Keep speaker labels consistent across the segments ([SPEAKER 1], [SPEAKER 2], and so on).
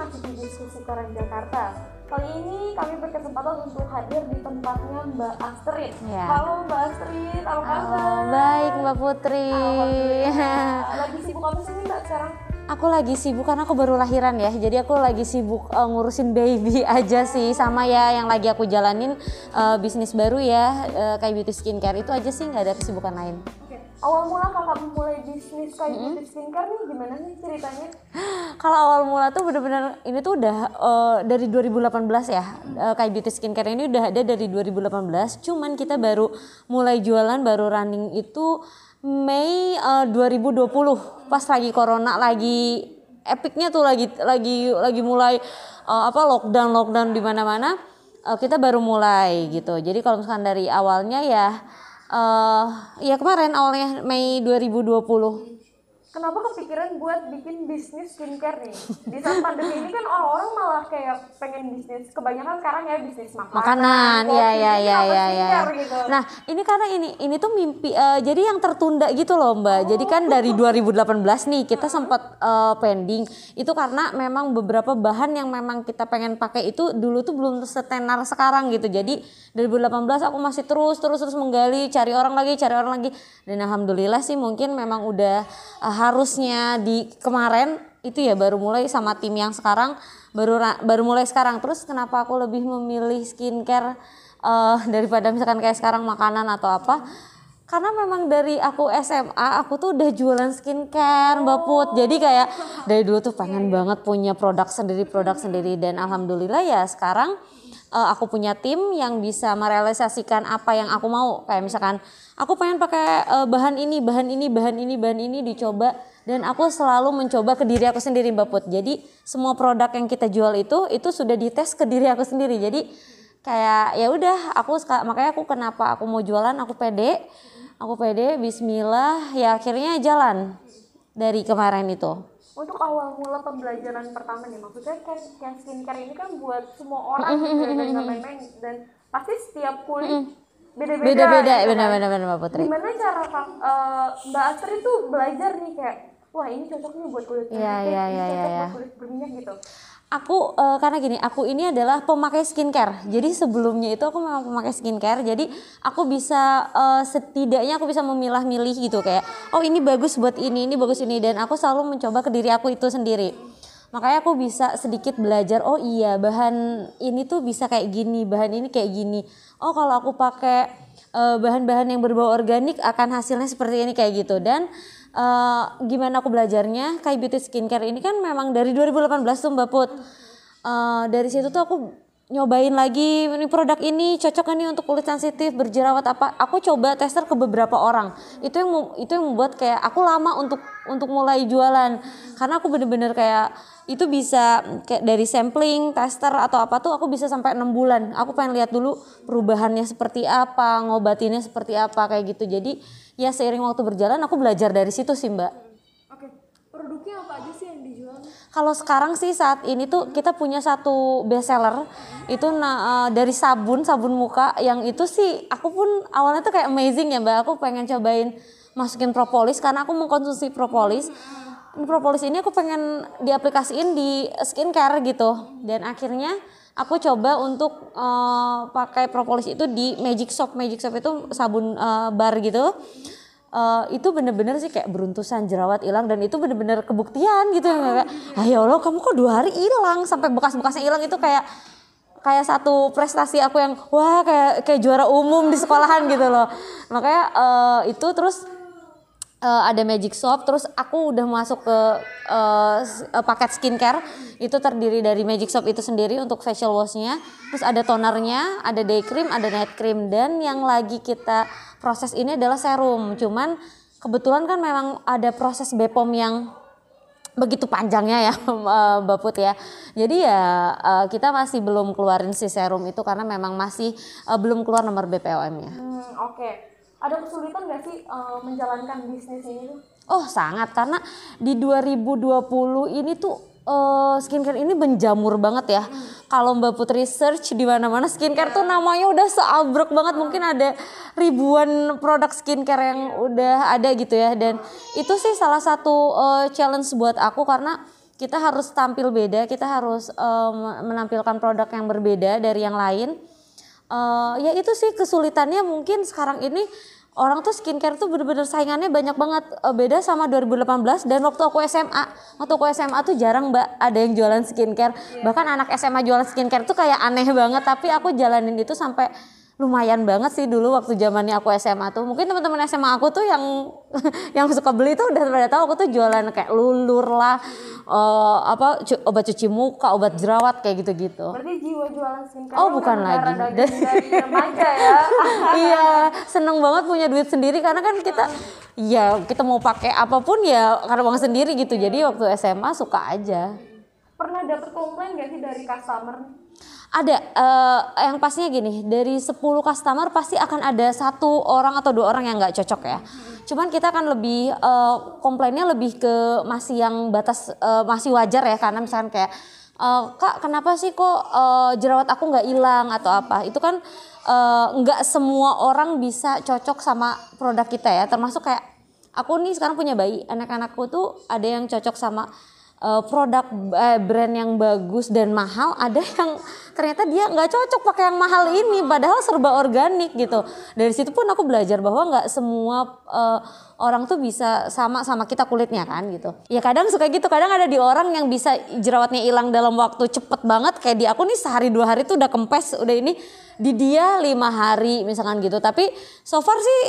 [SPEAKER 1] masih di Diskusi Keren Jakarta. Kali ini kami berkesempatan untuk hadir di tempatnya Mbak Astrid.
[SPEAKER 2] Ya.
[SPEAKER 1] Halo Mbak Astrid, apa kabar?
[SPEAKER 2] Baik Mbak Putri.
[SPEAKER 1] Lagi sibuk apa sih Mbak sekarang?
[SPEAKER 2] Aku lagi sibuk karena aku baru lahiran ya, jadi aku lagi sibuk ngurusin baby aja sih, sama ya yang lagi aku jalanin bisnis baru ya, kayak beauty skincare itu aja sih, nggak ada kesibukan lain.
[SPEAKER 1] Awal mula kakak memulai bisnis kayak beauty skincare nih gimana nih ceritanya?
[SPEAKER 2] Kalau awal mula tuh bener-bener ini tuh udah dari 2018 ya, kayak beauty skincare ini udah ada dari 2018, cuman kita baru mulai jualan, baru running itu Mei 2020 pas lagi corona, lagi epicnya tuh, lagi mulai lockdown di mana-mana, kita baru mulai gitu. Jadi kalau misalkan dari awalnya ya kemarin awalnya Mei 2020.
[SPEAKER 1] Kenapa kepikiran buat bikin bisnis skincare nih? Di saat pandemi ini kan orang-orang malah kayak pengen bisnis, kebanyakan sekarang ya bisnis
[SPEAKER 2] makanan, ya.
[SPEAKER 1] Gitu.
[SPEAKER 2] Nah, ini karena ini tuh mimpi, jadi yang tertunda gitu loh Mbak. Jadi kan dari 2018 nih kita sempat pending. Itu karena memang beberapa bahan yang memang kita pengen pakai itu dulu tuh belum setenar sekarang gitu. Jadi 2018 aku masih terus menggali, cari orang lagi. Dan alhamdulillah sih mungkin memang udah harusnya di kemarin itu ya baru mulai sama tim yang sekarang baru mulai sekarang. Terus kenapa aku lebih memilih skincare daripada misalkan kayak sekarang makanan atau apa? Karena memang dari aku SMA aku tuh udah jualan skincare Mbak Put. Jadi kayak dari dulu tuh pengen banget punya produk sendiri dan alhamdulillah ya sekarang aku punya tim yang bisa merealisasikan apa yang aku mau. Kayak misalkan aku pengen pakai bahan ini dicoba, dan aku selalu mencoba ke diri aku sendiri Mbak Put. Jadi semua produk yang kita jual itu sudah dites ke diri aku sendiri. Jadi kayak ya udah makanya aku kenapa aku mau jualan, aku pede, bismillah ya akhirnya jalan dari kemarin itu.
[SPEAKER 1] Untuk awal mula pembelajaran pertama nih, maksudnya kan yang skincare ini kan buat semua orang gitu ya, dan main-main, dan pasti setiap kulit beda-beda
[SPEAKER 2] gitu,
[SPEAKER 1] kan?
[SPEAKER 2] benar Mbak Putri.
[SPEAKER 1] Gimana cara Mbak Astrid tuh belajar nih kayak, wah ini cocok nih buat kulit buat kulit berminyak gitu?
[SPEAKER 2] Aku karena gini, aku ini adalah pemakai skincare. Jadi sebelumnya itu aku memang pemakai skincare. Jadi aku bisa setidaknya aku bisa memilah-milih gitu, kayak oh ini bagus buat ini bagus ini, dan aku selalu mencoba ke diri aku itu sendiri. Makanya aku bisa sedikit belajar, oh iya bahan ini tuh bisa kayak gini, bahan ini kayak gini. Oh kalau aku pakai bahan-bahan yang berbau organik akan hasilnya seperti ini kayak gitu. Dan gimana aku belajarnya, kayak beauty skincare ini kan memang dari 2018 tuh Mbak Put. Dari situ tuh aku nyobain lagi, ini produk ini cocok kan nih untuk kulit sensitif, berjerawat apa. Aku coba tester ke beberapa orang. Itu yang membuat kayak aku lama untuk mulai jualan. Karena aku bener-bener kayak itu bisa kayak dari sampling, tester atau apa tuh aku bisa sampai 6 bulan. Aku pengen lihat dulu perubahannya seperti apa, ngobatinnya seperti apa kayak gitu. Jadi ya seiring waktu berjalan aku belajar dari situ sih Mbak.
[SPEAKER 1] Oke, produknya apa aja sih yang dijual?
[SPEAKER 2] Kalau sekarang sih saat ini tuh kita punya satu best seller itu dari sabun muka, yang itu sih aku pun awalnya tuh kayak amazing ya Mbak. Aku pengen cobain masukin propolis karena aku mengkonsumsi propolis. Propolis ini aku pengen diaplikasiin di skincare gitu, dan akhirnya aku coba untuk pakai propolis itu di Magic Shop itu sabun bar gitu. Itu bener-bener sih kayak beruntusan, jerawat hilang, dan itu bener-bener kebuktian gitu ya, kayak ya Allah kamu kok 2 hari hilang, sampai bekas-bekasnya hilang. Itu kayak satu prestasi aku yang wah kayak juara umum di sekolahan gitu loh. Makanya itu terus ada Magic Shop, terus aku udah masuk ke paket skincare. Itu terdiri dari Magic Shop itu sendiri untuk facial washnya, terus ada tonernya, ada day cream, ada night cream, dan yang lagi kita proses ini adalah serum. Cuman kebetulan kan memang ada proses BPOM yang begitu panjangnya ya Mbak Put ya. Jadi ya kita masih belum keluarin si serum itu karena memang masih belum keluar nomor BPOM-nya.
[SPEAKER 1] Oke. Ada kesulitan nggak sih menjalankan bisnis ini tuh?
[SPEAKER 2] Oh sangat, karena di 2020 ini tuh skincare ini menjamur banget ya. Kalau Mbak Putri search di mana-mana skincare tuh namanya udah seabrek banget. Mungkin ada ribuan produk skincare yang udah ada gitu ya. Dan itu sih salah satu challenge buat aku, karena kita harus tampil beda, kita harus menampilkan produk yang berbeda dari yang lain. Ya itu sih kesulitannya mungkin sekarang ini orang tuh skincare tuh bener-bener saingannya banyak banget, beda sama 2018 dan waktu aku SMA. Waktu aku SMA tuh jarang Mbak ada yang jualan skincare. Bahkan anak SMA jualan skincare tuh kayak aneh banget, tapi aku jalanin itu sampai lumayan banget sih dulu waktu zamannya aku SMA tuh. Mungkin teman-teman SMA aku tuh yang yang suka beli tuh udah pada tahu aku tuh jualan kayak lulur lah, obat cuci muka, obat jerawat kayak gitu-gitu.
[SPEAKER 1] Berarti jiwa jualan skincare
[SPEAKER 2] Oh bukan lagi.
[SPEAKER 1] dari remaja ya.
[SPEAKER 2] Iya, seneng banget punya duit sendiri karena kan kita mau pakai apapun ya karena uang sendiri gitu. Jadi waktu SMA suka aja.
[SPEAKER 1] Pernah dapet komplain gak sih dari customer?
[SPEAKER 2] Ada, yang pastinya gini, dari 10 customer pasti akan ada 1 orang atau 2 orang yang nggak cocok ya. Cuman kita akan lebih, komplainnya lebih ke masih yang batas, masih wajar ya, karena misalkan kayak, Kak kenapa sih kok jerawat aku nggak hilang atau apa. Itu kan nggak semua orang bisa cocok sama produk kita ya, termasuk kayak aku nih sekarang punya bayi, anak-anakku tuh ada yang cocok sama produk brand yang bagus dan mahal, ada yang ternyata dia nggak cocok pakai yang mahal ini padahal serba organik gitu. Dari situ pun aku belajar bahwa nggak semua orang tuh bisa sama kita kulitnya kan gitu. Ya kadang suka gitu, kadang ada di orang yang bisa jerawatnya hilang dalam waktu cepet banget, kayak di aku nih sehari 2 hari tuh udah kempes, udah ini di dia 5 hari misalkan gitu. Tapi so far sih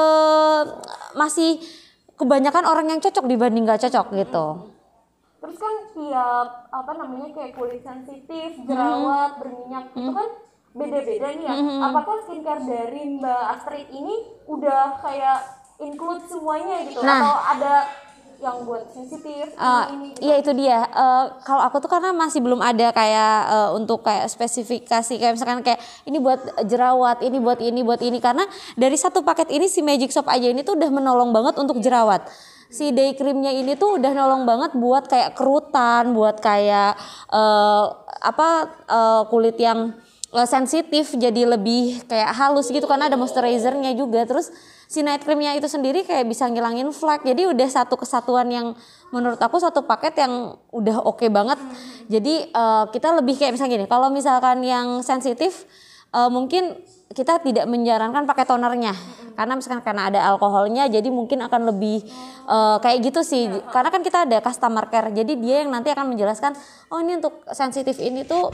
[SPEAKER 2] masih kebanyakan orang yang cocok dibanding nggak cocok gitu.
[SPEAKER 1] Terus kan tiap kayak kulit sensitif, jerawat, berminyak itu kan beda-beda nih ya. Apakah skincare dari Mbak Astrid ini udah kayak include semuanya gitu, atau ada yang buat sensitif ini gitu?
[SPEAKER 2] Iya itu dia. Kalau aku tuh karena masih belum ada kayak untuk kayak spesifikasi kayak misalkan kayak ini buat jerawat, ini buat ini karena dari satu paket ini si Magic Shop aja ini tuh udah menolong banget untuk jerawat. Si day creamnya ini tuh udah nolong banget buat kayak kerutan, buat kayak kulit yang sensitif jadi lebih kayak halus gitu karena ada moisturizernya juga. Terus si night creamnya itu sendiri kayak bisa ngilangin flek. Jadi udah satu kesatuan yang menurut aku satu paket yang udah oke banget. Jadi kita lebih kayak misalnya gini, kalau misalkan yang sensitif mungkin kita tidak menyarankan pakai tonernya karena misalkan karena ada alkoholnya, jadi mungkin akan lebih kayak gitu sih. Karena kan kita ada customer care, jadi dia yang nanti akan menjelaskan, oh ini untuk sensitif ini tuh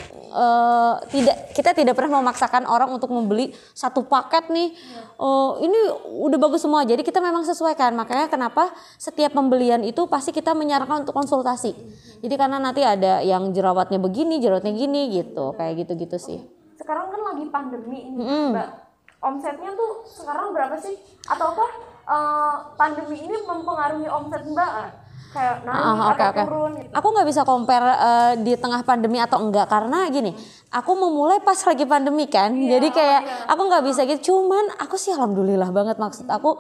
[SPEAKER 2] kita tidak pernah memaksakan orang untuk membeli satu paket nih. Ini udah bagus semua, jadi kita memang sesuaikan. Makanya kenapa setiap pembelian itu pasti kita menyarankan untuk konsultasi. Jadi karena nanti ada yang jerawatnya begini, jerawatnya gini gitu, kayak gitu-gitu sih.
[SPEAKER 1] Sekarang kan lagi pandemi ini Mbak, omsetnya tuh sekarang berapa sih? Ataukah pandemi ini mempengaruhi omset Mbak? Kayak naik atau turun gitu?
[SPEAKER 2] Aku nggak bisa compare di tengah pandemi atau enggak karena gini, aku memulai pas lagi pandemi kan, jadi kayak aku nggak bisa gitu. Cuman aku sih alhamdulillah banget, maksud aku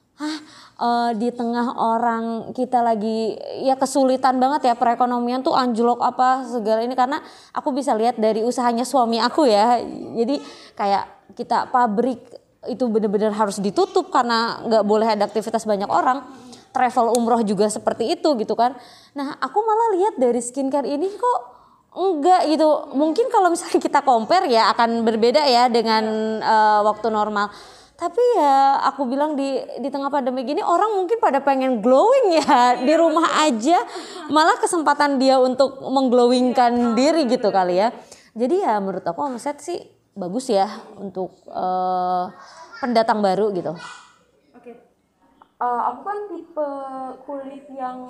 [SPEAKER 2] di tengah orang kita lagi ya kesulitan banget ya, perekonomian tuh anjlok apa segala ini, karena aku bisa lihat dari usahanya suami aku ya. Jadi kayak kita pabrik itu benar-benar harus ditutup karena nggak boleh ada aktivitas banyak orang. Travel umroh juga seperti itu gitu kan. Nah aku malah lihat dari skincare ini kok enggak gitu. Mungkin kalau misalnya kita compare ya akan berbeda ya dengan waktu normal. Tapi ya aku bilang di tengah pandemi gini orang mungkin pada pengen glowing ya di rumah aja, malah kesempatan dia untuk mengglowingkan diri gitu kali ya. Jadi ya menurut aku omset sih bagus ya untuk pendatang baru gitu.
[SPEAKER 1] Oke. Aku kan tipe kulit yang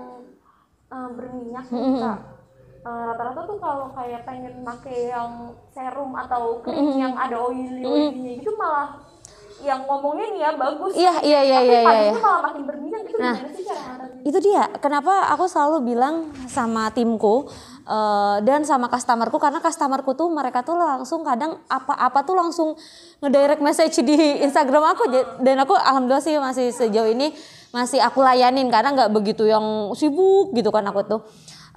[SPEAKER 1] berminyak nih Kak. Rata-rata tuh kalau kayak pengen pakai yang serum atau krim yang ada oily-nya gitu malah yang ngomongnya nih ya bagus.
[SPEAKER 2] Iya.
[SPEAKER 1] Tapi itu malah makin berminyak, itu gimana sih cara ngatasinnya?
[SPEAKER 2] Itu dia kenapa aku selalu bilang sama timku dan sama customerku, karena customerku tuh mereka tuh langsung kadang apa-apa tuh langsung nge-direct message di Instagram aku, dan aku alhamdulillah sih masih sejauh ini masih aku layanin karena nggak begitu yang sibuk gitu kan aku tuh.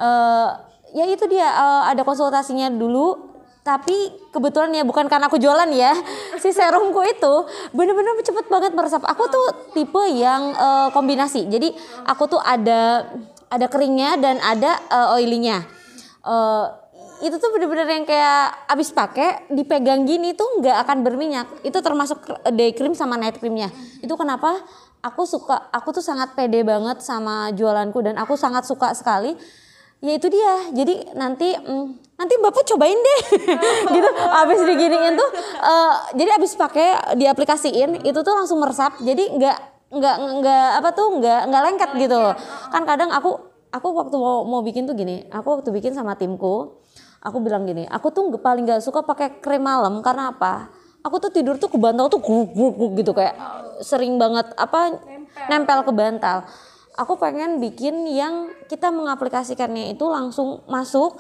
[SPEAKER 2] Ya itu dia ada konsultasinya dulu. Tapi kebetulan ya bukan karena aku jualan ya, si serumku itu bener-bener cepet banget meresap. Aku tuh tipe yang kombinasi, jadi aku tuh ada ada keringnya dan ada oilinya. Itu tuh bener-bener yang kayak abis pakai dipegang gini tuh nggak akan berminyak. Itu termasuk day cream sama night creamnya. Itu kenapa aku tuh sangat pede banget sama jualanku dan aku sangat suka sekali. Ya itu dia. Jadi nanti Bapak cobain deh. Gitu. Abis diginiin tuh jadi abis pakai diaplikasiin itu tuh langsung meresap. Jadi nggak lengket gitu. Kan kadang aku waktu mau bikin tuh gini. Aku waktu bikin sama timku, aku bilang gini, aku tuh paling gak suka pakai krim malam karena apa? Aku tuh tidur tuh ke bantal tuh guk gitu kayak sering banget nempel ke bantal. Aku pengen bikin yang kita mengaplikasikannya itu langsung masuk.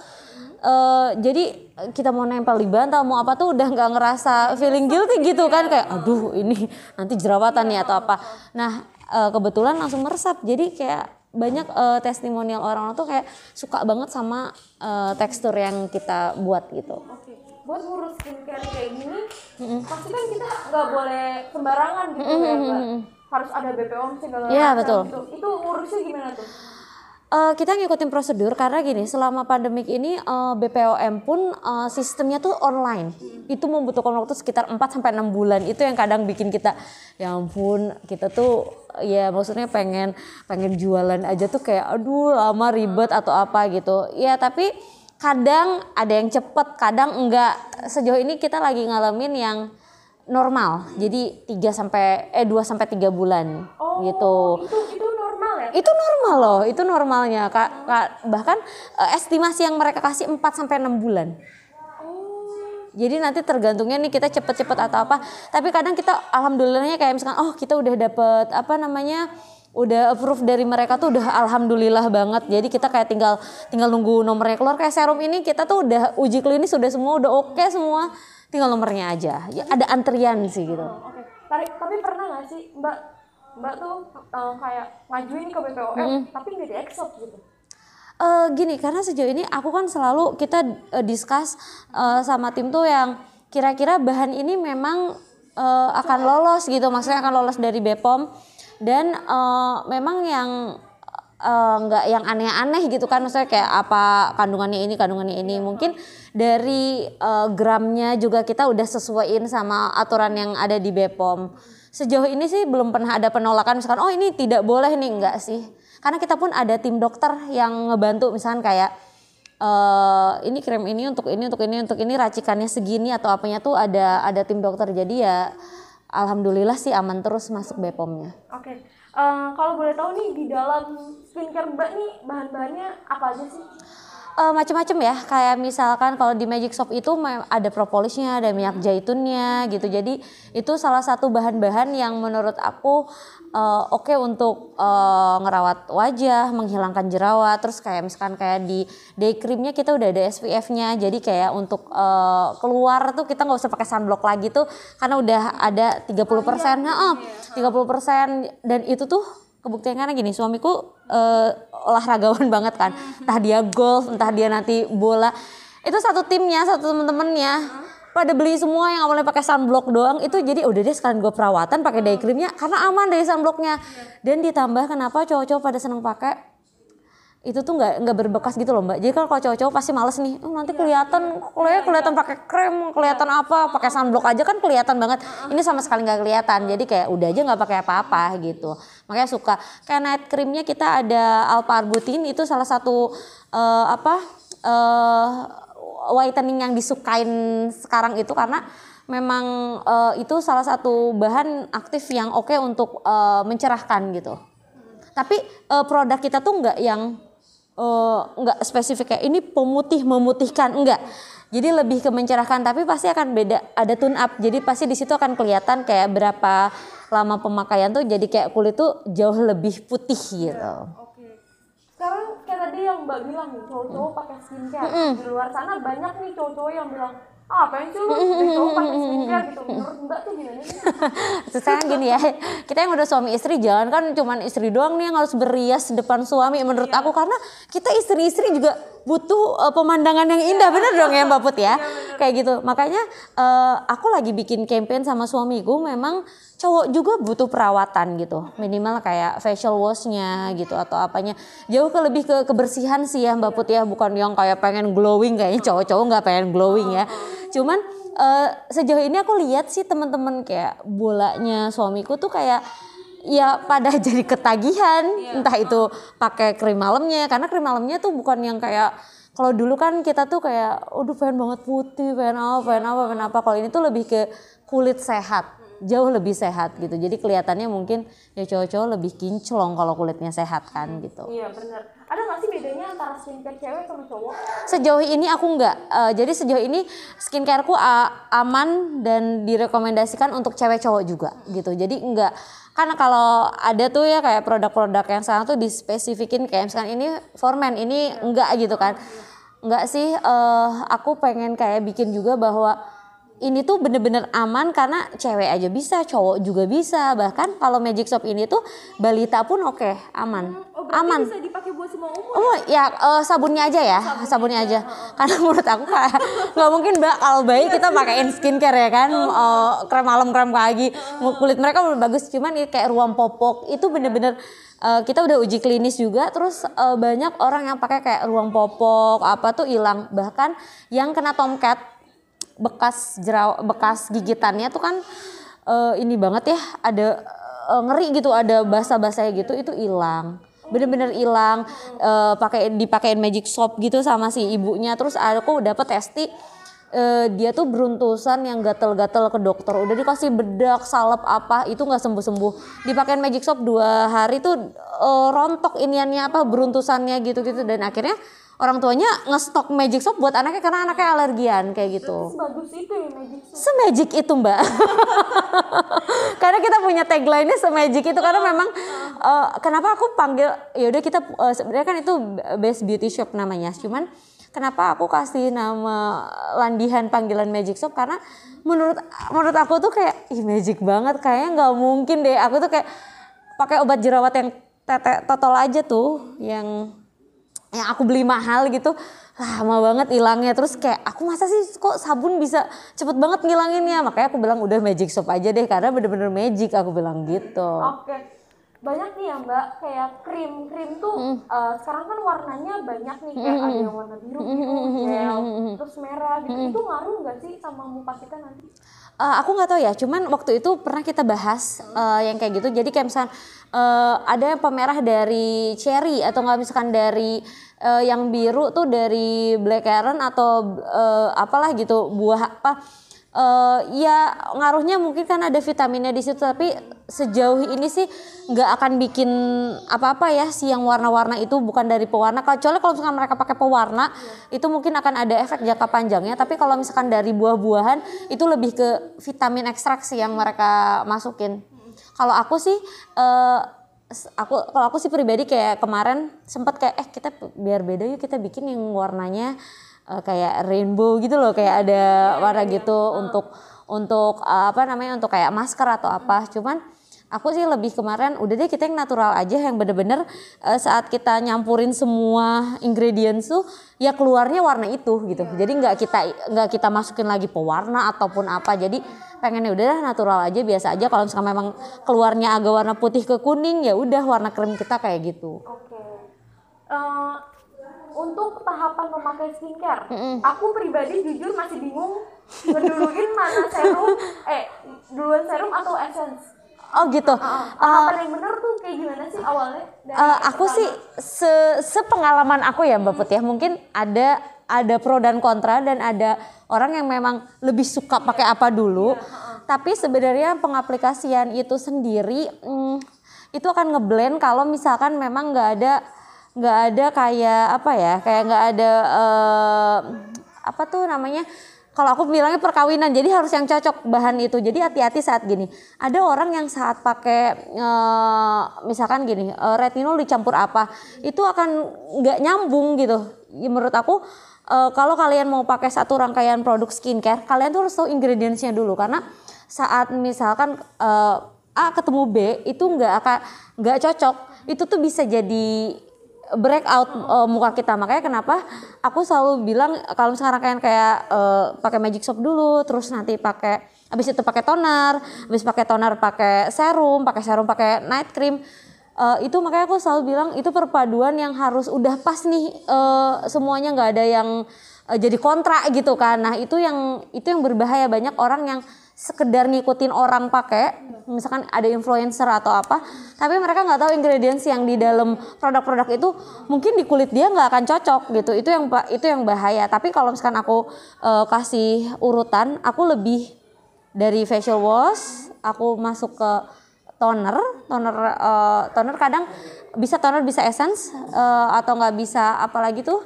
[SPEAKER 2] Jadi kita mau nempel di bantal mau apa tuh udah nggak ngerasa feeling guilty gitu kan kayak aduh ini nanti jerawatan nih atau apa. Nah kebetulan langsung meresap jadi kayak banyak testimonial orang tuh kayak suka banget sama tekstur yang kita buat gitu.
[SPEAKER 1] Oke. Buat ngurus skincare kayak gini, pasti kan kita nggak boleh sembarangan gitu ya, Mbak. Harus ada BPOM segala macam.
[SPEAKER 2] Iya betul.
[SPEAKER 1] Gitu. Itu ngurusnya gimana tuh?
[SPEAKER 2] Kita ngikutin prosedur karena gini selama pandemik ini BPOM pun sistemnya tuh online. Itu membutuhkan waktu sekitar 4-6 bulan. Itu yang kadang bikin kita ya ampun kita tuh ya maksudnya pengen jualan aja tuh kayak aduh lama ribet atau apa gitu. Ya tapi kadang ada yang cepet, kadang enggak. Sejauh ini kita lagi ngalamin yang normal. Jadi 2-3 bulan gitu.
[SPEAKER 1] Itu normal ya?
[SPEAKER 2] Itu normal loh, itu normalnya. Bahkan estimasi yang mereka kasih 4-6 bulan. Jadi nanti tergantungnya nih kita cepet-cepet atau apa. Tapi kadang kita alhamdulillahnya kayak misalkan kita udah dapet udah approve dari mereka tuh udah alhamdulillah banget. Jadi kita kayak tinggal nunggu nomornya keluar. Kayak serum ini kita tuh udah uji klinis sudah semua udah oke semua. Tinggal nomornya aja. Ya, ada antrian sih gitu.
[SPEAKER 1] Oke. Tapi pernah nggak sih Mbak tuh kayak ngajuin ke BPOM tapi nggak di-accept gitu?
[SPEAKER 2] Gini karena sejauh ini aku kan selalu kita discuss sama tim tuh yang kira-kira bahan ini memang akan lolos gitu. Maksudnya akan lolos dari BPOM dan memang yang nggak yang aneh-aneh gitu kan, maksudnya kayak apa kandungannya ini mungkin dari gramnya juga kita udah sesuaiin sama aturan yang ada di BPOM. Sejauh ini sih belum pernah ada penolakan misalkan ini tidak boleh nih, enggak sih, karena kita pun ada tim dokter yang ngebantu misalkan kayak ini krim ini untuk ini racikannya segini atau apanya tuh ada tim dokter, jadi ya alhamdulillah sih aman terus masuk BPOM-nya.
[SPEAKER 1] Oke. Kalau boleh tahu nih di dalam skincare Mbak nih bahan-bahannya apa aja sih?
[SPEAKER 2] Macam-macam ya, kayak misalkan kalau di Magic Shop itu ada propolisnya, ada minyak zaitunnya gitu. Jadi itu salah satu bahan-bahan yang menurut aku oke untuk ngerawat wajah, menghilangkan jerawat. Terus kayak misalkan kayak di day creamnya kita udah ada SPF-nya. Jadi kayak untuk keluar tuh kita nggak usah pakai sunblock lagi tuh karena udah ada 30%. 30% dan itu tuh kebuktian karena gini, suamiku olahragawan banget kan, entah dia golf, entah dia nanti bola, itu satu timnya, satu temen-temennya pada beli semua yang awalnya pakai sunblock doang, itu jadi udah deh sekalian gue perawatan pakai day creamnya karena aman dari sunblocknya. Dan ditambah kenapa cowok-cowok pada seneng pakai itu tuh nggak berbekas gitu loh Mbak. Jadi kan kalau cowok-cowok pasti males nih, nanti kelihatan pakai krem, kelihatan apa, pakai sunblock aja kan kelihatan banget. Ini sama sekali nggak kelihatan. Jadi kayak udah aja nggak pakai apa-apa gitu. Makanya suka. Kayak night creamnya kita ada alpha arbutin, itu salah satu whitening yang disukain sekarang itu karena memang itu salah satu bahan aktif yang oke untuk mencerahkan gitu. Tapi produk kita tuh nggak yang nggak spesifik kayak ini memutihkan, enggak. Jadi lebih ke mencerahkan, tapi pasti akan beda, ada tune up. Jadi pasti di situ akan kelihatan kayak berapa lama pemakaian tuh, jadi kayak kulit tuh jauh lebih putih gitu.
[SPEAKER 1] Oke. Sekarang kayak tadi yang Mbak bilang nih, cowok-cowok pakai skincare. Di luar sana banyak nih cowok-cowok yang bilang, apa sih lu cowok pakai skincare gitu. Menurut Mbak tuh gimana sih?
[SPEAKER 2] Sekarang gini ya, kita yang udah suami istri jangan kan cuman istri doang nih yang harus berias depan suami menurut aku, karena kita istri-istri juga butuh pemandangan yang indah, bener dong ya Mbak Put ya, kayak gitu. Makanya aku lagi bikin campaign sama suamiku, memang cowok juga butuh perawatan gitu, minimal kayak facial washnya gitu atau apanya, jauh lebih ke kebersihan sih ya Mbak Put ya, bukan yang kayak pengen glowing, kayaknya cowok-cowok nggak pengen glowing ya. Cuman sejauh ini aku lihat sih teman-teman kayak bolanya suamiku tuh kayak ya pada jadi ketagihan, entah itu pakai krim malamnya, karena krim malamnya tuh bukan yang kayak kalau dulu kan kita tuh kayak udah pengen banget putih, pengen apa. Kalau ini tuh lebih ke kulit sehat, jauh lebih sehat gitu. Jadi kelihatannya mungkin ya cowok-cowok lebih kinclong kalau kulitnya sehat kan gitu.
[SPEAKER 1] Iya benar. Ada nggak sih bedanya antara skincare cewek sama cowok?
[SPEAKER 2] Sejauh ini aku enggak. Jadi sejauh ini skincareku aman dan direkomendasikan untuk cewek cowok juga gitu. Jadi enggak. Karena kalau ada tuh ya kayak produk-produk yang sekarang tuh dispesifikin kayak misalkan ini for men, ini enggak gitu kan. Enggak sih, aku pengen kayak bikin juga bahwa ini tuh bener-bener aman karena cewek aja bisa, cowok juga bisa. Bahkan kalau Magic Shop ini tuh balita pun oke, aman. Aman.
[SPEAKER 1] Bisa dipakai buat semua umur.
[SPEAKER 2] Oh ya, sabunnya aja ya, sabunnya aja. Karena menurut aku kayak nggak mungkin Mbak kalau bayi kita pakein skincare ya kan, krem malam, krem pagi, kulit mereka bagus. Cuman kayak ruam popok itu bener-bener kita udah uji klinis juga. Terus banyak orang yang pakai kayak ruang popok apa tuh hilang. Bahkan yang kena tomcat bekas gigitannya tuh kan ini banget ya, ada ngeri gitu, ada basah-basahnya gitu, itu hilang. Bener-bener hilang, dipakein Magic Shop gitu sama si ibunya. Terus aku dapet testi, dia tuh beruntusan yang gatel-gatel ke dokter, udah dikasih bedak, salep apa, itu nggak sembuh-sembuh. Dipakein Magic Shop 2 hari tuh rontok iniannya apa, beruntusannya gitu-gitu. Dan akhirnya orang tuanya ngestok Magic Shop buat anaknya karena anaknya alergian kayak gitu.
[SPEAKER 1] Sebagus itu ya Magic Shop.
[SPEAKER 2] Semagic itu Mbak. Karena kita punya tagline-nya semagic itu karena memang kenapa aku panggil ya udah kita sebenarnya kan itu Best Beauty Shop namanya. Cuman kenapa aku kasih nama landihan panggilan Magic Shop karena menurut aku tuh kayak magic banget, kayaknya nggak mungkin deh aku tuh kayak pakai obat jerawat yang totol aja tuh yang aku beli mahal gitu, lama banget hilangnya. Terus kayak aku masa sih kok sabun bisa cepet banget ngilanginnya, makanya aku bilang udah Magic Shop aja deh karena bener-bener magic, aku bilang gitu.
[SPEAKER 1] Oke. Banyak nih ya Mbak, kayak krim tuh sekarang kan warnanya banyak nih, kayak ada yang warna biru gitu, gel, terus merah gitu. Itu ngaruh nggak sih sama muka kita nanti?
[SPEAKER 2] Aku nggak tahu ya, cuman waktu itu pernah kita bahas yang kayak gitu. Jadi kayak misalkan ada yang pemerah dari cherry atau nggak misalkan dari yang biru tuh dari blackcurrant atau apalah gitu, buah apa. Ya ngaruhnya mungkin kan ada vitaminnya di situ, tapi sejauh ini sih nggak akan bikin apa-apa ya si yang warna-warna itu, bukan dari pewarna. Kecuali kalau misalkan mereka pakai pewarna itu mungkin akan ada efek jangka panjangnya, tapi kalau misalkan dari buah-buahan itu lebih ke vitamin ekstraksi yang mereka masukin. Kalau aku sih kalau aku sih pribadi kayak kemarin sempat kayak kita biar beda yuk kita bikin yang warnanya kayak rainbow gitu loh, kayak ada warna gitu untuk apa namanya, untuk kayak masker atau apa. Cuman aku sih lebih kemarin udah deh kita yang natural aja, yang bener-bener saat kita nyampurin semua ingredients tuh ya keluarnya warna itu gitu. Jadi nggak kita masukin lagi pewarna ataupun apa. Jadi pengennya udah natural aja, biasa aja. Kalau misalkan memang keluarnya agak warna putih ke kuning ya udah warna krim kita kayak gitu.
[SPEAKER 1] Oke. Untuk tahapan memakai skincare, aku pribadi jujur masih bingung ngeduluin mana serum, duluan serum atau essence.
[SPEAKER 2] Oh gitu.
[SPEAKER 1] Tahapan yang benar tuh kayak gimana sih awalnya?
[SPEAKER 2] Aku sih sepengalaman aku ya Mbak Put ya, mungkin ada pro dan kontra, dan ada orang yang memang lebih suka pakai apa dulu. Tapi sebenarnya pengaplikasian itu sendiri itu akan ngeblend kalau misalkan memang nggak ada kayak apa ya, kayak nggak ada apa tuh namanya, kalau aku bilangnya perkawinan, jadi harus yang cocok bahan itu. Jadi hati-hati saat gini, ada orang yang saat pakai misalkan gini retinol dicampur apa, itu akan nggak nyambung gitu ya, menurut aku. Kalau kalian mau pakai satu rangkaian produk skincare, kalian tuh harus tahu ingredientsnya dulu, karena saat misalkan A ketemu B itu nggak cocok, itu tuh bisa jadi breakout muka kita. Makanya kenapa aku selalu bilang kalau sekarang kayak pakai Magic Soap dulu, terus nanti habis itu pakai toner, habis pakai toner pakai serum pakai night cream. Itu makanya aku selalu bilang itu perpaduan yang harus udah pas nih, semuanya nggak ada yang jadi kontra gitu kan. Nah itu yang berbahaya. Banyak orang yang sekedar ngikutin orang pakai, misalkan ada influencer atau apa, tapi mereka nggak tahu ingredients yang di dalam produk-produk itu mungkin di kulit dia nggak akan cocok gitu. Itu yang bahaya. Tapi kalau misalkan aku kasih urutan, aku lebih dari facial wash, aku masuk ke toner kadang bisa toner, bisa essence, atau nggak bisa apalagi tuh,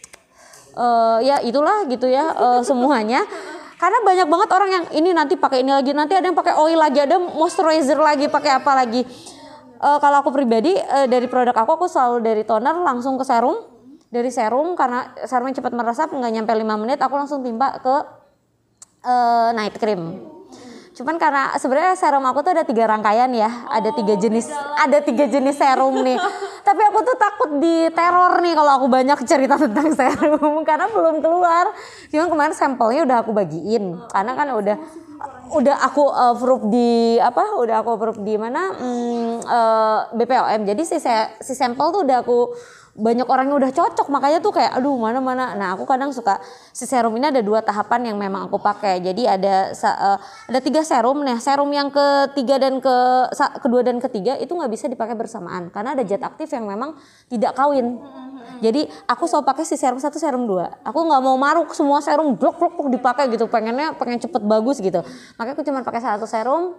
[SPEAKER 2] ya itulah gitu ya, semuanya. Karena banyak banget orang yang ini nanti pakai ini lagi, nanti ada yang pakai oil lagi, ada moisturizer lagi, pakai apa lagi. Kalau aku pribadi dari produk aku selalu dari toner langsung ke serum. Dari serum karena serumnya cepat meresap, nggak nyampe 5 menit aku langsung timpa ke night cream. Cuman karena sebenarnya serum aku tuh ada 3 rangkaian ya, ada 3 jenis serum nih. Tapi aku tuh takut diteror nih kalau aku banyak cerita tentang serum karena belum keluar. Cuman kemarin sampelnya udah aku bagiin karena kan udah aku approve di mana BPOM. Jadi si sampel tuh udah aku, banyak orang yang udah cocok, makanya tuh kayak aduh mana. Nah aku kadang suka si serum ini ada 2 tahapan yang memang aku pakai. Jadi ada 3 serum. Nah serum yang kedua dan ketiga itu nggak bisa dipakai bersamaan karena ada zat aktif yang memang tidak kawin. Jadi aku selalu pakai si serum 1, serum 2. Aku nggak mau maruk semua serum blok dipakai gitu. Pengen cepet bagus gitu. Makanya aku cuma pakai 1 serum,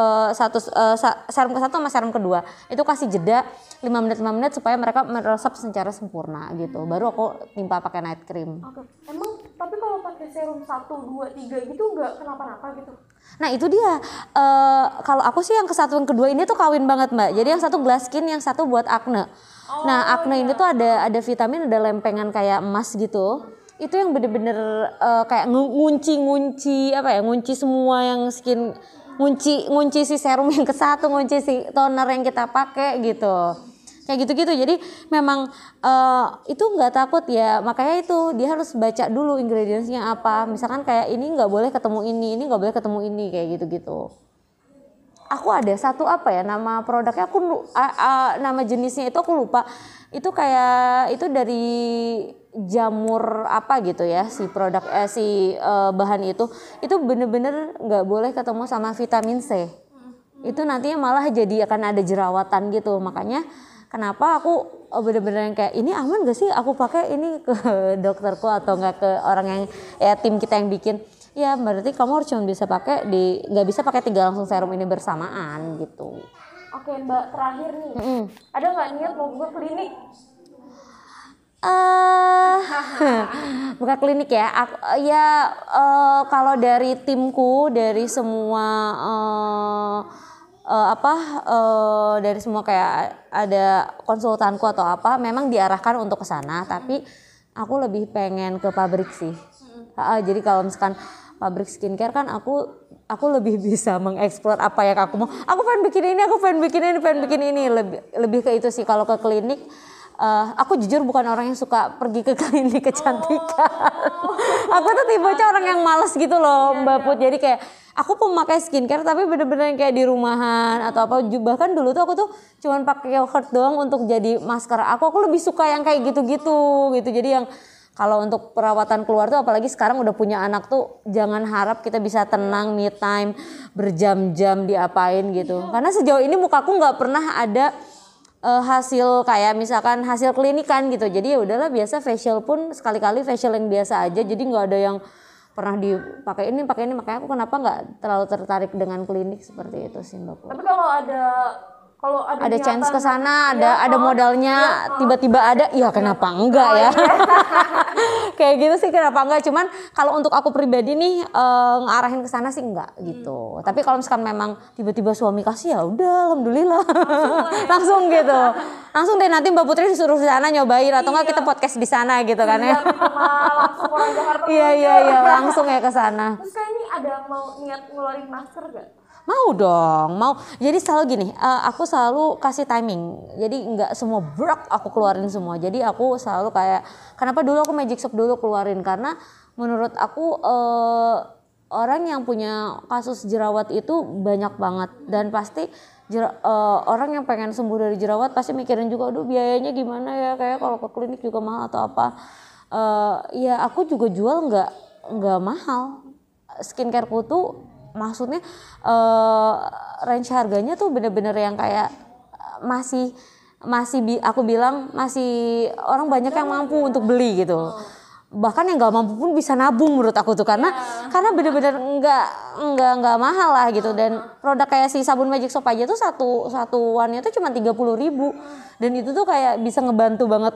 [SPEAKER 2] serum ke-1 sama serum kedua. Itu kasih jeda 5 menit supaya mereka meresap secara sempurna gitu. Baru aku timpa pakai night cream.
[SPEAKER 1] Oke. Emang tapi kalau pakai serum 1, 2, 3 gitu nggak kenapa-napa gitu?
[SPEAKER 2] Nah itu dia, kalau aku sih yang ke-1 yang kedua ini tuh kawin banget Mbak. Jadi yang 1 glass skin, yang 1 buat acne. Nah acne ini tuh ada vitamin, ada lempengan kayak emas gitu. Itu yang bener-bener kayak ngunci semua yang skin, ngunci si serum yang ke-1, ngunci si toner yang kita pakai gitu. Kayak gitu-gitu. Jadi memang itu nggak takut ya. Makanya itu dia harus baca dulu ingredientsnya apa. Misalkan kayak ini nggak boleh ketemu ini nggak boleh ketemu ini, kayak gitu-gitu. Aku ada satu nama produknya nama jenisnya itu aku lupa. Itu kayak itu dari jamur apa gitu ya si produk bahan itu bener-bener nggak boleh ketemu sama vitamin C. Itu nantinya malah jadi akan ada jerawatan gitu. Makanya kenapa aku bener-bener yang kayak ini aman gak sih aku pakai ini ke dokterku atau enggak ke orang yang tim kita yang bikin. Ya berarti kamu harus cuma bisa pakai nggak bisa pakai 3 langsung serum ini bersamaan gitu.
[SPEAKER 1] Oke Mbak, terakhir nih, ada nggak niat mau buka klinik?
[SPEAKER 2] Buka klinik ya. Kalau dari timku, dari semua dari semua kayak ada konsultanku atau apa, memang diarahkan untuk ke sana. Tapi aku lebih pengen ke pabrik sih. Jadi kalau misalkan pabrik skincare kan aku lebih bisa mengeksplor apa yang aku mau. Aku pengen bikin ini, lebih ke itu sih. Kalau ke klinik, aku jujur bukan orang yang suka pergi ke klinik kecantikan. Aku tuh tipe orang yang males gitu loh Mbak Put. Jadi kayak aku pemakai skincare tapi bener-bener kayak di rumahan atau apa. Bahkan dulu tuh aku tuh cuman pakai yogurt doang untuk jadi masker. Aku lebih suka yang kayak gitu-gitu gitu. Jadi yang kalau untuk perawatan keluar tuh, apalagi sekarang udah punya anak tuh, jangan harap kita bisa tenang me time berjam-jam diapain gitu. Karena sejauh ini mukaku nggak pernah ada hasil kayak misalkan hasil klinikan gitu. Jadi ya udahlah, biasa facial pun sekali-kali facial yang biasa aja. Jadi nggak ada yang pernah dipakai ini. Makanya aku kenapa nggak terlalu tertarik dengan klinik seperti itu sih Mbak.
[SPEAKER 1] Tapi kalau ada
[SPEAKER 2] chance ke sana, ada modalnya, tiba-tiba ada, ya kenapa enggak ya? Kayak gitu sih, kenapa enggak? Cuman kalau untuk aku pribadi nih ngarahin ke sana sih enggak gitu. Tapi kalau misalkan memang tiba-tiba suami kasih, ya udah alhamdulillah. Langsung gitu. Langsung deh nanti Mbak Putri disuruh di sana nyobain atau enggak kita podcast di sana gitu kan ya.
[SPEAKER 1] Langsung orang Jakarta.
[SPEAKER 2] Iya, langsung ya ke sana.
[SPEAKER 1] Terus kayak ini ada mau niat ngeluarin masker gak?
[SPEAKER 2] Mau dong, mau. Jadi selalu gini, aku selalu kasih timing. Jadi nggak semua brok aku keluarin semua. Jadi aku selalu kayak, kenapa dulu aku Magic Shop dulu keluarin, karena menurut aku orang yang punya kasus jerawat itu banyak banget, dan pasti orang yang pengen sembuh dari jerawat pasti mikirin juga, aduh biayanya gimana ya, kayak kalau ke klinik juga mahal atau apa. Ya aku juga jual nggak mahal. Skincareku tuh maksudnya range harganya tuh bener-bener yang kayak masih aku bilang masih orang banyak yang mampu untuk beli gitu. Bahkan yang nggak mampu pun bisa nabung menurut aku tuh, karena bener-bener nggak mahal lah gitu. Dan produk kayak si sabun Magic Shop aja tuh satuannya tuh cuma 30.000, dan itu tuh kayak bisa ngebantu banget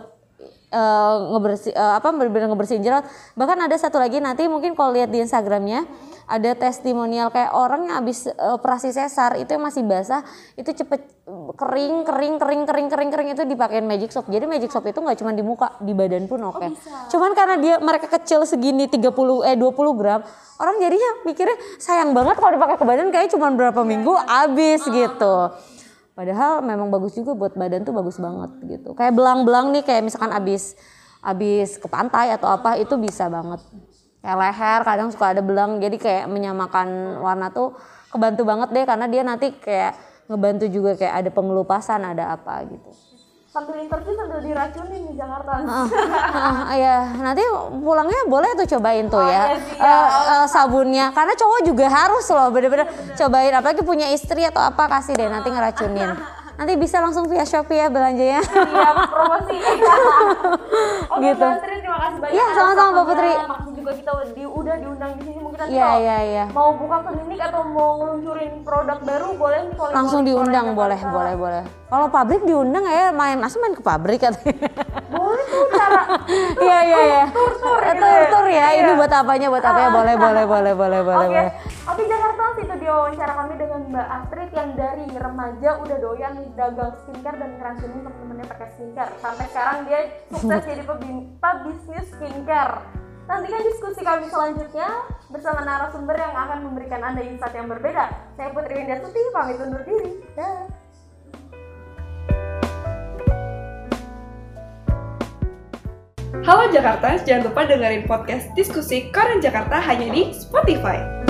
[SPEAKER 2] bener-bener ngebersihin jerawat. Bahkan ada satu lagi, nanti mungkin kalau lihat di Instagramnya ada testimonial kayak orang yang habis operasi sesar itu yang masih basah itu cepet kering itu dipakein Magic Shop. Jadi Magic Shop itu nggak cuma di muka, di badan pun oke. Cuman karena mereka kecil segini 20 gram, orang jadinya mikirnya sayang banget kalau dipakai ke badan, kayak cuma berapa minggu habis gitu. Padahal memang bagus juga buat badan tuh, bagus banget gitu. Kayak belang-belang nih, kayak misalkan abis ke pantai atau apa, itu bisa banget. Kayak leher kadang suka ada belang, jadi kayak menyamakan warna tuh kebantu banget deh, karena dia nanti kayak ngebantu juga kayak ada pengelupasan, ada apa gitu.
[SPEAKER 1] Sambil interview sambil diracunin di Jakarta.
[SPEAKER 2] Ya nanti pulangnya boleh tuh cobain tuh ya, sabunnya, karena cowok juga harus loh bener-bener cobain, apalagi punya istri atau apa, kasih deh nanti ngeracunin. Nanti bisa langsung via Shopee ya belanjanya.
[SPEAKER 1] Iya, promosi. Oke,
[SPEAKER 2] gitu.
[SPEAKER 1] Mbak Putri, terima kasih banyak.
[SPEAKER 2] Iya, sama-sama Mbak Putri.
[SPEAKER 1] Makasih juga kita udah diundang di sini. Mungkin nanti
[SPEAKER 2] Iya.
[SPEAKER 1] mau buka klinik atau mau ngeluncurin produk baru, boleh nih kalau
[SPEAKER 2] langsung diundang, boleh. Kalau pabrik diundang ya, main ke pabrik katanya.
[SPEAKER 1] Boleh tuh cara.
[SPEAKER 2] Iya. Tur ya.
[SPEAKER 1] Iya.
[SPEAKER 2] Ini buat apanya? Boleh.
[SPEAKER 1] Oke, Jakarta, itu dia wawancara kami dengan Mbak Astrid yang dari remaja udah doyan dagang skincare dan ngeracunin temen-temennya pakai skincare. Sampai sekarang dia sukses jadi pebisnis skincare. Nantikan diskusi kami selanjutnya bersama narasumber yang akan memberikan Anda insight yang berbeda. Saya Putri Windartuti, pamit undur diri. Dah.
[SPEAKER 3] Halo Jakarta, jangan lupa dengerin podcast diskusi Koran Jakarta hanya di Spotify.